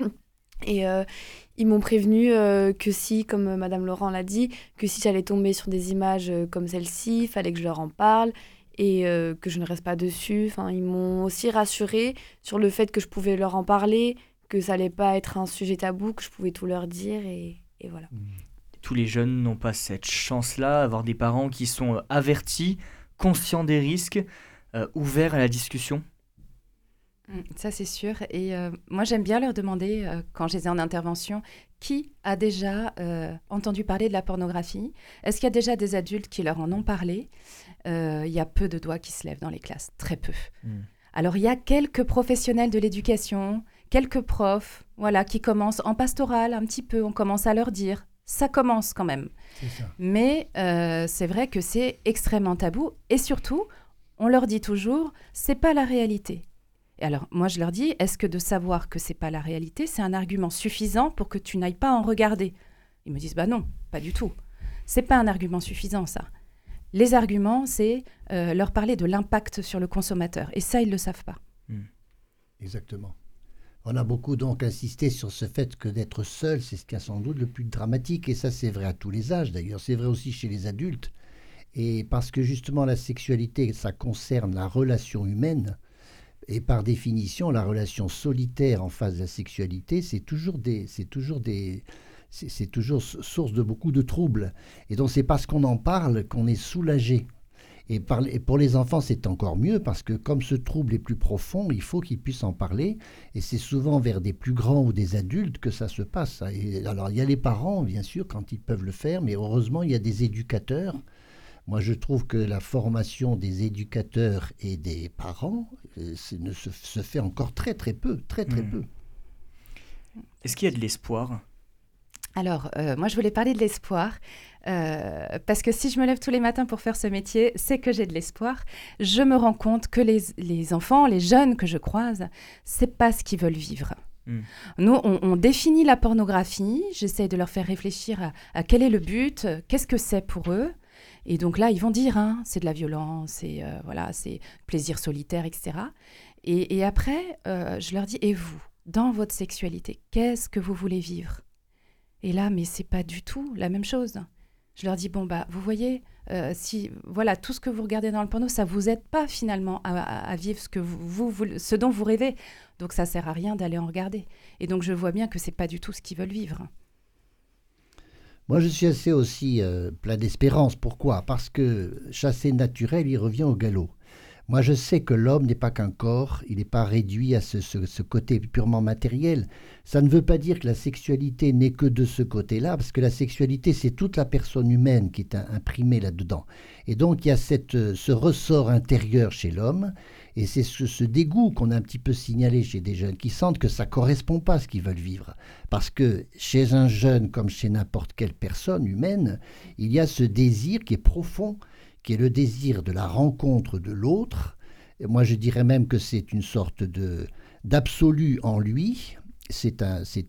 Et ils m'ont prévenu que si, comme Madame Laurent l'a dit, que si j'allais tomber sur des images comme celle-ci, il fallait que je leur en parle et que je ne reste pas dessus. Enfin, ils m'ont aussi rassurée sur le fait que je pouvais leur en parler, que ça allait pas être un sujet tabou, que je pouvais tout leur dire et voilà. Tous les jeunes n'ont pas cette chance-là, avoir des parents qui sont avertis, conscients des risques, ouverts à la discussion. Ça, c'est sûr. Et moi, j'aime bien leur demander, quand je les ai en intervention, qui a déjà entendu parler de la pornographie ? Est-ce qu'il y a déjà des adultes qui leur en ont parlé ? Il y a peu de doigts qui se lèvent dans les classes, très peu. Alors, il y a quelques professionnels de l'éducation, quelques profs, qui commencent en pastoral un petit peu, on commence à leur dire. Ça commence quand même. C'est ça. Mais c'est vrai que c'est extrêmement tabou. Et surtout, on leur dit toujours, c'est pas la réalité. Et alors, moi, je leur dis, est-ce que de savoir que c'est pas la réalité, c'est un argument suffisant pour que tu n'ailles pas en regarder ? Ils me disent, non, pas du tout. C'est pas un argument suffisant, ça. Les arguments, c'est leur parler de l'impact sur le consommateur. Et ça, ils le savent pas. Exactement. On a beaucoup donc insisté sur ce fait que d'être seul, c'est ce qui est sans doute le plus dramatique. Et ça, c'est vrai à tous les âges, d'ailleurs. C'est vrai aussi chez les adultes. Et parce que justement, la sexualité, ça concerne la relation humaine, Et par définition, la relation solitaire en face de la sexualité, c'est toujours source de beaucoup de troubles. Et donc c'est parce qu'on en parle qu'on est soulagé. Et pour les enfants, c'est encore mieux parce que comme ce trouble est plus profond, il faut qu'ils puissent en parler. Et c'est souvent vers des plus grands ou des adultes que ça se passe. Et alors il y a les parents, bien sûr, quand ils peuvent le faire, mais heureusement, il y a des éducateurs. Moi, je trouve que la formation des éducateurs et des parents se fait encore très très peu, très très peu. Est-ce qu'il y a de l'espoir ? Alors, moi, je voulais parler de l'espoir, parce que si je me lève tous les matins pour faire ce métier, c'est que j'ai de l'espoir. Je me rends compte que les enfants, les jeunes que je croise, c'est pas ce qu'ils veulent vivre. Nous, on définit la pornographie, j'essaie de leur faire réfléchir à quel est le but, qu'est-ce que c'est pour eux. Et donc là, ils vont dire, c'est de la violence, c'est plaisir solitaire, etc. Et après, je leur dis, et vous, dans votre sexualité, qu'est-ce que vous voulez vivre ? Et là, mais c'est pas du tout la même chose. Je leur dis, vous voyez, tout ce que vous regardez dans le porno, ça vous aide pas finalement à vivre ce dont vous rêvez. Donc ça sert à rien d'aller en regarder. Et donc je vois bien que c'est pas du tout ce qu'ils veulent vivre. Moi, je suis assez aussi plein d'espérance. Pourquoi ? Parce que chasser naturel, il revient au galop. Moi, je sais que l'homme n'est pas qu'un corps, il n'est pas réduit à ce côté purement matériel. Ça ne veut pas dire que la sexualité n'est que de ce côté-là, parce que la sexualité, c'est toute la personne humaine qui est imprimée là-dedans. Et donc, il y a ce ressort intérieur chez l'homme, et c'est ce dégoût qu'on a un petit peu signalé chez des jeunes qui sentent que ça ne correspond pas à ce qu'ils veulent vivre. Parce que chez un jeune, comme chez n'importe quelle personne humaine, il y a ce désir qui est profond, qui est le désir de la rencontre de l'autre. Et moi, je dirais même que c'est une sorte d'absolu en lui. C'est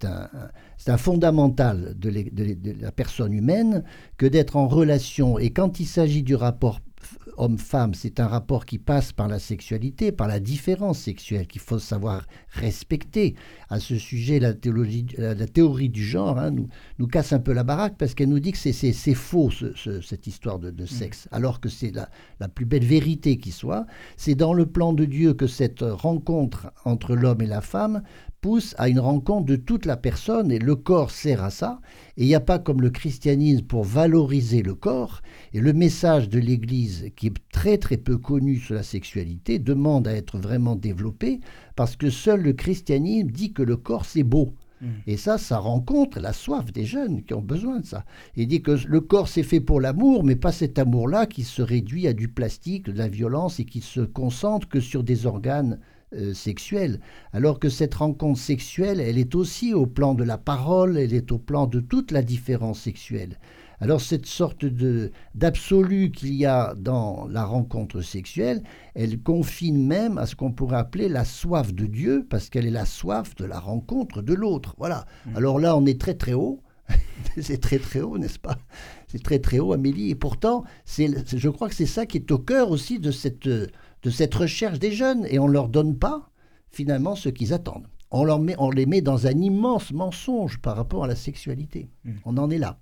un fondamental de la personne humaine que d'être en relation. Et quand il s'agit du rapport homme-femme, c'est un rapport qui passe par la sexualité, par la différence sexuelle qu'il faut savoir respecter. À ce sujet, la théorie du genre nous casse un peu la baraque parce qu'elle nous dit que c'est faux cette histoire de sexe, alors que c'est la plus belle vérité qui soit. C'est dans le plan de Dieu que cette rencontre entre l'homme et la femme pousse à une rencontre de toute la personne et le corps sert à ça. Et il n'y a pas comme le christianisme pour valoriser le corps. Et le message de l'Église, qui est très très peu connu sur la sexualité, demande à être vraiment développé parce que seul le christianisme dit que le corps c'est beau. Et ça rencontre la soif des jeunes qui ont besoin de ça. Il dit que le corps c'est fait pour l'amour, mais pas cet amour-là qui se réduit à du plastique, de la violence et qui se concentre que sur des organes sexuelle, alors que cette rencontre sexuelle, elle est aussi au plan de la parole, elle est au plan de toute la différence sexuelle. Alors cette sorte d'absolu qu'il y a dans la rencontre sexuelle, elle confine même à ce qu'on pourrait appeler la soif de Dieu, parce qu'elle est la soif de la rencontre de l'autre. Voilà. Alors là, on est très très haut. C'est très très haut, n'est-ce pas ? C'est très très haut, Amélie. Et pourtant, je crois que c'est ça qui est au cœur aussi de cette recherche des jeunes. Et on ne leur donne pas, finalement, ce qu'ils attendent. On les met dans un immense mensonge par rapport à la sexualité. On en est là.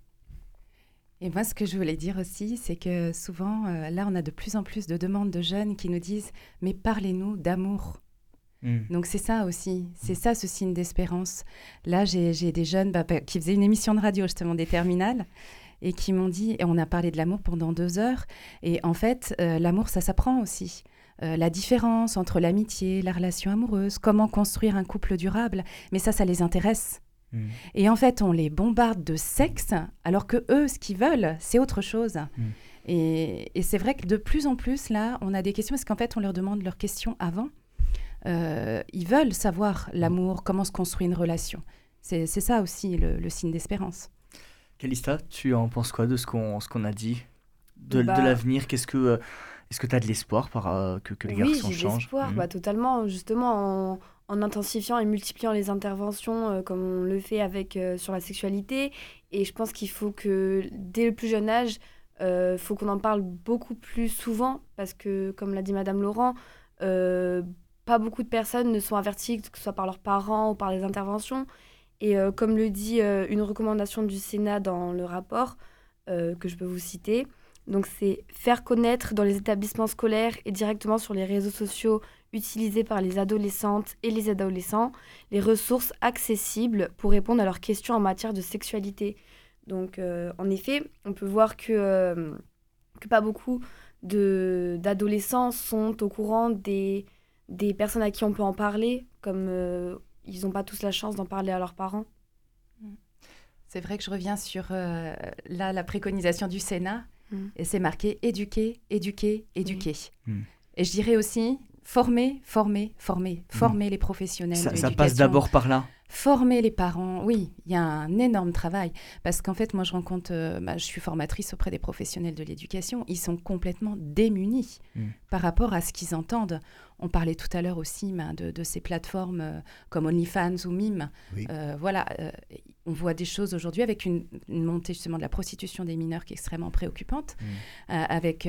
Et moi, ce que je voulais dire aussi, c'est que souvent, là, on a de plus en plus de demandes de jeunes qui nous disent « Mais parlez-nous d'amour ». Donc c'est ça aussi, c'est ça ce signe d'espérance. Là, j'ai des jeunes qui faisaient une émission de radio justement des terminales et qui m'ont dit, et on a parlé de l'amour pendant 2 heures, et en fait, l'amour, ça s'apprend aussi. La différence entre l'amitié, la relation amoureuse, comment construire un couple durable, mais ça les intéresse. Et en fait, on les bombarde de sexe, alors que eux, ce qu'ils veulent, c'est autre chose. Et c'est vrai que de plus en plus, là, on a des questions, parce qu'en fait, on leur demande leurs questions avant. Ils veulent savoir l'amour, comment se construit une relation. C'est ça aussi le signe d'espérance. Calista, tu en penses quoi de ce qu'on a dit de l'avenir? Est-ce que tu as de l'espoir que les garçons changent? Oui, j'ai de l'espoir, totalement. Justement, en intensifiant et multipliant les interventions comme on le fait sur la sexualité. Et je pense qu'il faut que, dès le plus jeune âge, faut qu'on en parle beaucoup plus souvent parce que, comme l'a dit Madame Laurent, pas beaucoup de personnes ne sont averties, que ce soit par leurs parents ou par les interventions. Et comme le dit une recommandation du Sénat dans le rapport, que je peux vous citer, Donc c'est faire connaître dans les établissements scolaires et directement sur les réseaux sociaux utilisés par les adolescentes et les adolescents les ressources accessibles pour répondre à leurs questions en matière de sexualité. Donc en effet, on peut voir que pas beaucoup d'adolescents sont au courant des personnes à qui on peut en parler, comme ils n'ont pas tous la chance d'en parler à leurs parents. C'est vrai que je reviens sur la préconisation du Sénat, et c'est marqué éduquer, éduquer, éduquer. Et je dirais aussi former les professionnels. Ça passe d'abord par là. Former les parents, oui, il y a un énorme travail. Parce qu'en fait, moi, je rencontre, je suis formatrice auprès des professionnels de l'éducation. Ils sont complètement démunis par rapport à ce qu'ils entendent. On parlait tout à l'heure aussi de ces plateformes comme OnlyFans ou Mime. Oui. On voit des choses aujourd'hui avec une montée justement de la prostitution des mineurs qui est extrêmement préoccupante, avec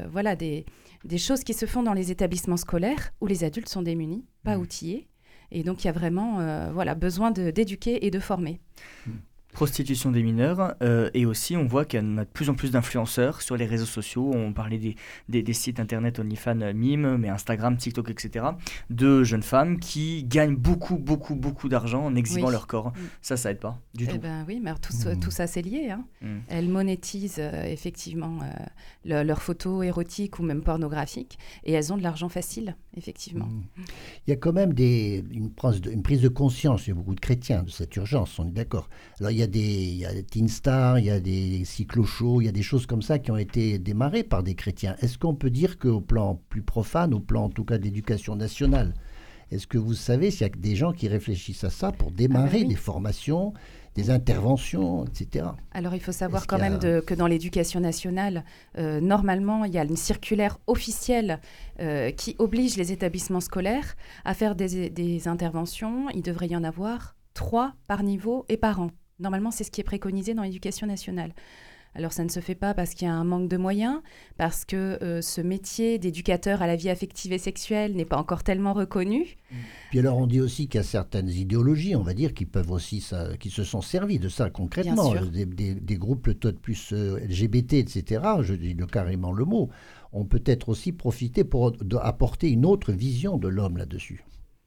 des choses qui se font dans les établissements scolaires où les adultes sont démunis, pas outillés. Et donc, il y a vraiment besoin d'éduquer et de former. Prostitution des mineurs, et aussi on voit qu'il y a de plus en plus d'influenceurs sur les réseaux sociaux. On parlait des sites internet OnlyFans, Mime, mais Instagram, TikTok, etc. De jeunes femmes qui gagnent beaucoup d'argent en exhibant leur corps. Ça aide pas du tout. Oui, mais tout ça c'est lié. Hein. Elles monétisent effectivement leurs photos érotiques ou même pornographiques, et elles ont de l'argent facile, effectivement. Il y a quand même une prise de conscience chez beaucoup de chrétiens de cette urgence, on est d'accord. Alors il y a des Teen Stars, il y a des cyclo-shows, il y a des choses comme ça qui ont été démarrées par des chrétiens. Est-ce qu'on peut dire qu'au plan plus profane, au plan en tout cas de l'éducation nationale, est-ce que vous savez s'il y a des gens qui réfléchissent à ça pour démarrer des formations, des interventions, etc. Alors il faut savoir quand même que dans l'éducation nationale, normalement, il y a une circulaire officielle qui oblige les établissements scolaires à faire des interventions. Il devrait y en avoir 3 par niveau et par an. Normalement, c'est ce qui est préconisé dans l'éducation nationale. Alors, ça ne se fait pas parce qu'il y a un manque de moyens, parce que ce métier d'éducateur à la vie affective et sexuelle n'est pas encore tellement reconnu. Puis alors, on dit aussi qu'il y a certaines idéologies, on va dire, qui se sont servies de ça concrètement. Des groupes peut-être plus LGBT, etc., je dis carrément le mot, ont peut-être aussi profité pour apporter une autre vision de l'homme là-dessus.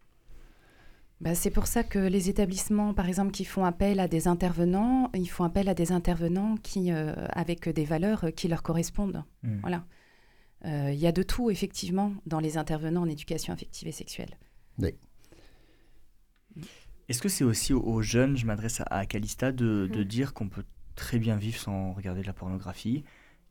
C'est pour ça que les établissements, par exemple, qui font appel à des intervenants, ils font appel à des intervenants qui, avec des valeurs qui leur correspondent. Voilà. Il y a de tout, effectivement, dans les intervenants en éducation affective et sexuelle. Oui. Est-ce que c'est aussi aux jeunes, je m'adresse à Calista, de dire qu'on peut très bien vivre sans regarder de la pornographie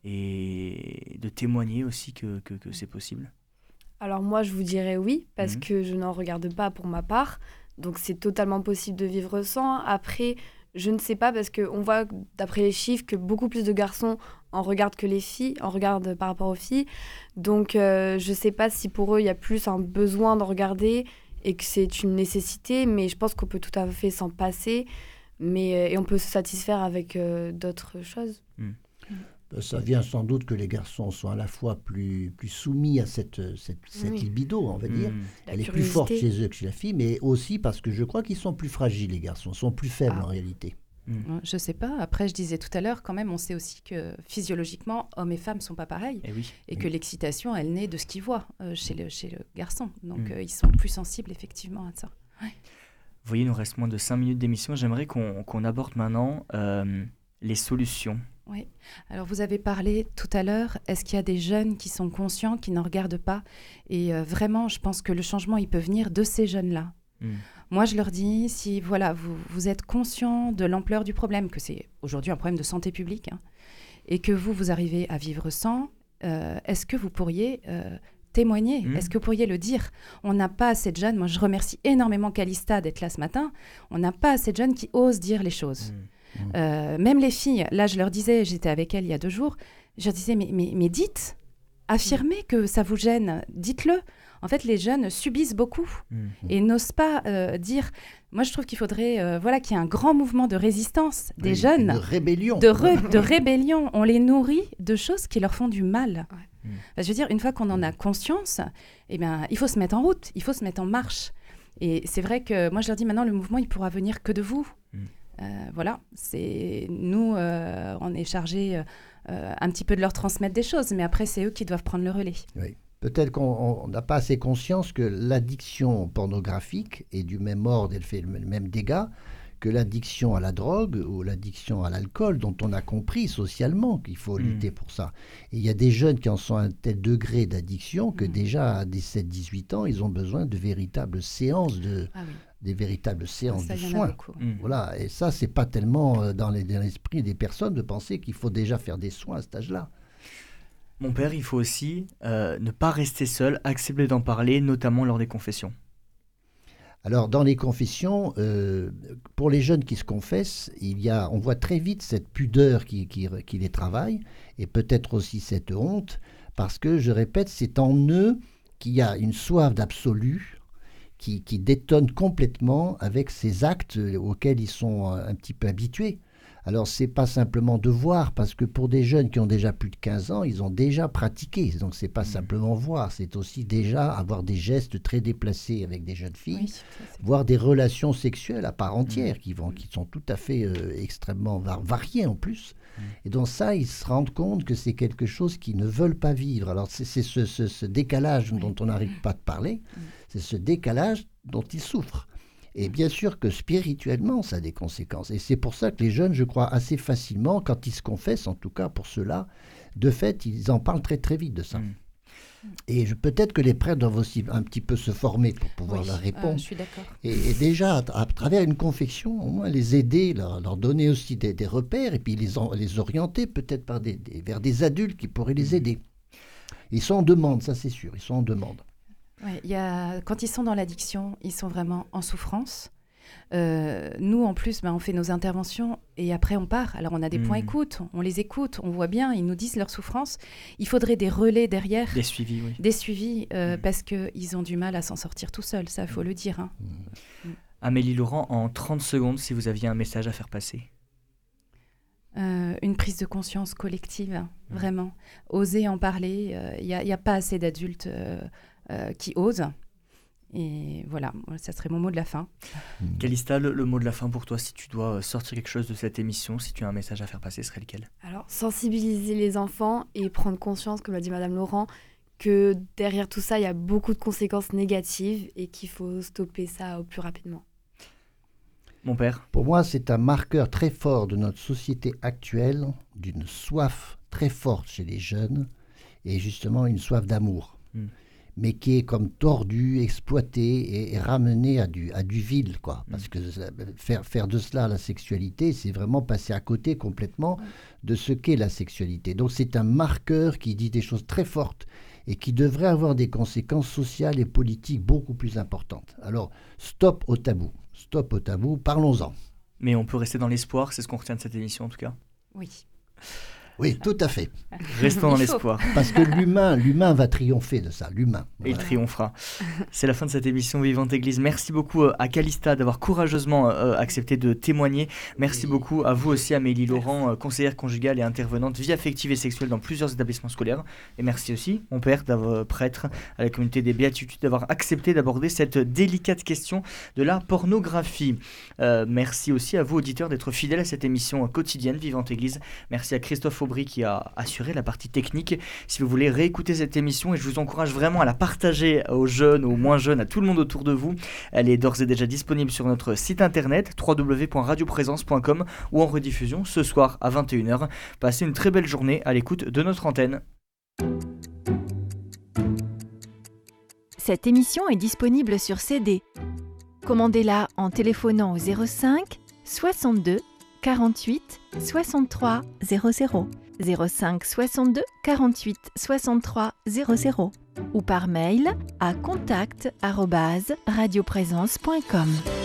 et de témoigner aussi que c'est possible ? Alors moi, je vous dirais oui, parce que je n'en regarde pas pour ma part. Donc c'est totalement possible de vivre sans. Après, je ne sais pas, parce qu'on voit, d'après les chiffres, que beaucoup plus de garçons en regardent que les filles, en regardent par rapport aux filles. Donc je ne sais pas si pour eux, il y a plus un besoin de regarder et que c'est une nécessité, mais je pense qu'on peut tout à fait s'en passer, et on peut se satisfaire avec d'autres choses. Ça vient sans doute que les garçons sont à la fois plus soumis à cette libido, on va dire. Elle est plus forte chez eux que chez la fille, mais aussi parce que je crois qu'ils sont plus fragiles, les garçons, sont plus faibles en réalité. Je ne sais pas. Après, je disais tout à l'heure, quand même, on sait aussi que physiologiquement, hommes et femmes ne sont pas pareils. Et que l'excitation, elle naît de ce qu'ils voient chez le garçon. Donc, ils sont plus sensibles, effectivement, à ça. Ouais. Vous voyez, il nous reste moins de 5 minutes d'émission. J'aimerais qu'on aborde maintenant les solutions. Oui. Alors, vous avez parlé tout à l'heure, est-ce qu'il y a des jeunes qui sont conscients, qui n'en regardent pas ? Et vraiment, je pense que le changement, il peut venir de ces jeunes-là. Moi, je leur dis, si vous êtes conscient de l'ampleur du problème, que c'est aujourd'hui un problème de santé publique, et que vous arrivez à vivre sans, est-ce que vous pourriez témoigner ? Est-ce que vous pourriez le dire ? On n'a pas assez de jeunes, moi je remercie énormément Calista d'être là ce matin, on n'a pas assez de jeunes qui osent dire les choses. Même les filles, là je leur disais, j'étais avec elles il y a 2 jours, je leur disais mais dites, affirmez que ça vous gêne, dites-le. En fait, les jeunes subissent beaucoup et n'osent pas dire. Moi, je trouve qu'il faudrait qu'il y ait un grand mouvement de résistance des jeunes. De rébellion. De rébellion. On les nourrit de choses qui leur font du mal. Je veux dire, une fois qu'on en a conscience, il faut se mettre en route, il faut se mettre en marche. Et c'est vrai que moi, je leur dis maintenant, le mouvement, il pourra venir que de vous. Voilà, nous, on est chargés un petit peu de leur transmettre des choses, mais après, c'est eux qui doivent prendre le relais. Oui. Peut-être qu'on n'a pas assez conscience que l'addiction pornographique est du même ordre, elle fait le même dégât que l'addiction à la drogue ou l'addiction à l'alcool, dont on a compris socialement qu'il faut lutter pour ça. Et il y a des jeunes qui en sont à un tel degré d'addiction que déjà à 17-18 ans, ils ont besoin de véritables séances de soins. Voilà. Et ça, c'est pas tellement dans l'esprit des personnes de penser qu'il faut déjà faire des soins à cet âge-là. Mon père, il faut aussi ne pas rester seul, accepter d'en parler, notamment lors des confessions. Alors, dans les confessions, pour les jeunes qui se confessent, on voit très vite cette pudeur qui les travaille, et peut-être aussi cette honte, parce que, je répète, c'est en eux qu'il y a une soif d'absolu qui détonne complètement avec ces actes auxquels ils sont un petit peu habitués. Alors, ce n'est pas simplement de voir, parce que pour des jeunes qui ont déjà plus de 15 ans, ils ont déjà pratiqué. Donc, ce n'est pas simplement voir, c'est aussi déjà avoir des gestes très déplacés avec des jeunes filles, voire des relations sexuelles à part entière, qui sont tout à fait extrêmement variées en plus. Et dans ça, ils se rendent compte que c'est quelque chose qu'ils ne veulent pas vivre. Alors, c'est ce décalage dont on n'arrive pas à parler, c'est ce décalage dont ils souffrent. Et bien sûr que spirituellement, ça a des conséquences. Et c'est pour ça que les jeunes, je crois, assez facilement, quand ils se confessent, en tout cas pour ceux-là, de fait, ils en parlent très très vite de ça. Et peut-être que les prêtres doivent aussi un petit peu se former pour pouvoir leur répondre. Je suis d'accord. Et déjà, à travers une confession, au moins les aider, leur donner aussi des repères, et puis les orienter peut-être vers des adultes qui pourraient les aider. Ils sont en demande, ça c'est sûr, ils sont en demande. Ouais, quand ils sont dans l'addiction, ils sont vraiment en souffrance. Nous, en plus, on fait nos interventions et après on part. Alors on a des points écoute, on les écoute, on voit bien, ils nous disent leur souffrance. Il faudrait des relais derrière. Des suivis, oui. Des suivis, parce qu'ils ont du mal à s'en sortir tout seuls, ça, il faut le dire. Hein. Amélie Laurent, en 30 secondes, si vous aviez un message à faire passer. Une prise de conscience collective, vraiment. Oser en parler, il n'y a pas assez d'adultes qui osent. Et voilà, ça serait mon mot de la fin. Calista, le mot de la fin pour toi, si tu dois sortir quelque chose de cette émission, si tu as un message à faire passer, serait lequel ? Alors, sensibiliser les enfants et prendre conscience, comme l'a dit Madame Laurent, que derrière tout ça, il y a beaucoup de conséquences négatives et qu'il faut stopper ça au plus rapidement. Mon père ? Pour moi, c'est un marqueur très fort de notre société actuelle, d'une soif très forte chez les jeunes, et justement une soif d'amour. Mais qui est comme tordu, exploité et ramené à du vil, quoi. Parce que faire de cela la sexualité, c'est vraiment passer à côté complètement de ce qu'est la sexualité. Donc c'est un marqueur qui dit des choses très fortes et qui devrait avoir des conséquences sociales et politiques beaucoup plus importantes. Alors, stop au tabou, parlons-en. Mais on peut rester dans l'espoir, c'est ce qu'on retient de cette émission en tout cas. Oui. Oui, tout à fait. Restons dans l'espoir. Parce que l'humain va triompher de ça, l'humain. Et il triomphera. C'est la fin de cette émission Vivante Église. Merci beaucoup à Calista d'avoir courageusement accepté de témoigner. Merci beaucoup à vous aussi, Amélie Laurent, conseillère conjugale et intervenante vie affective et sexuelle dans plusieurs établissements scolaires. Et merci aussi, mon père, prêtre à la communauté des Béatitudes, d'avoir accepté d'aborder cette délicate question de la pornographie. Merci aussi à vous, auditeurs, d'être fidèles à cette émission quotidienne Vivante Église. Merci à Christophe Aubry qui a assuré la partie technique. Si vous voulez réécouter cette émission, et je vous encourage vraiment à la partager aux jeunes, aux moins jeunes, à tout le monde autour de vous, elle est d'ores et déjà disponible sur notre site internet www.radioprésence.com ou en rediffusion ce soir à 21h. Passez une très belle journée à l'écoute de notre antenne. Cette émission est disponible sur CD. Commandez-la en téléphonant au 05 62 48 63 00, 05 62 48 63 00 ou par mail à contact@radioprésence.com.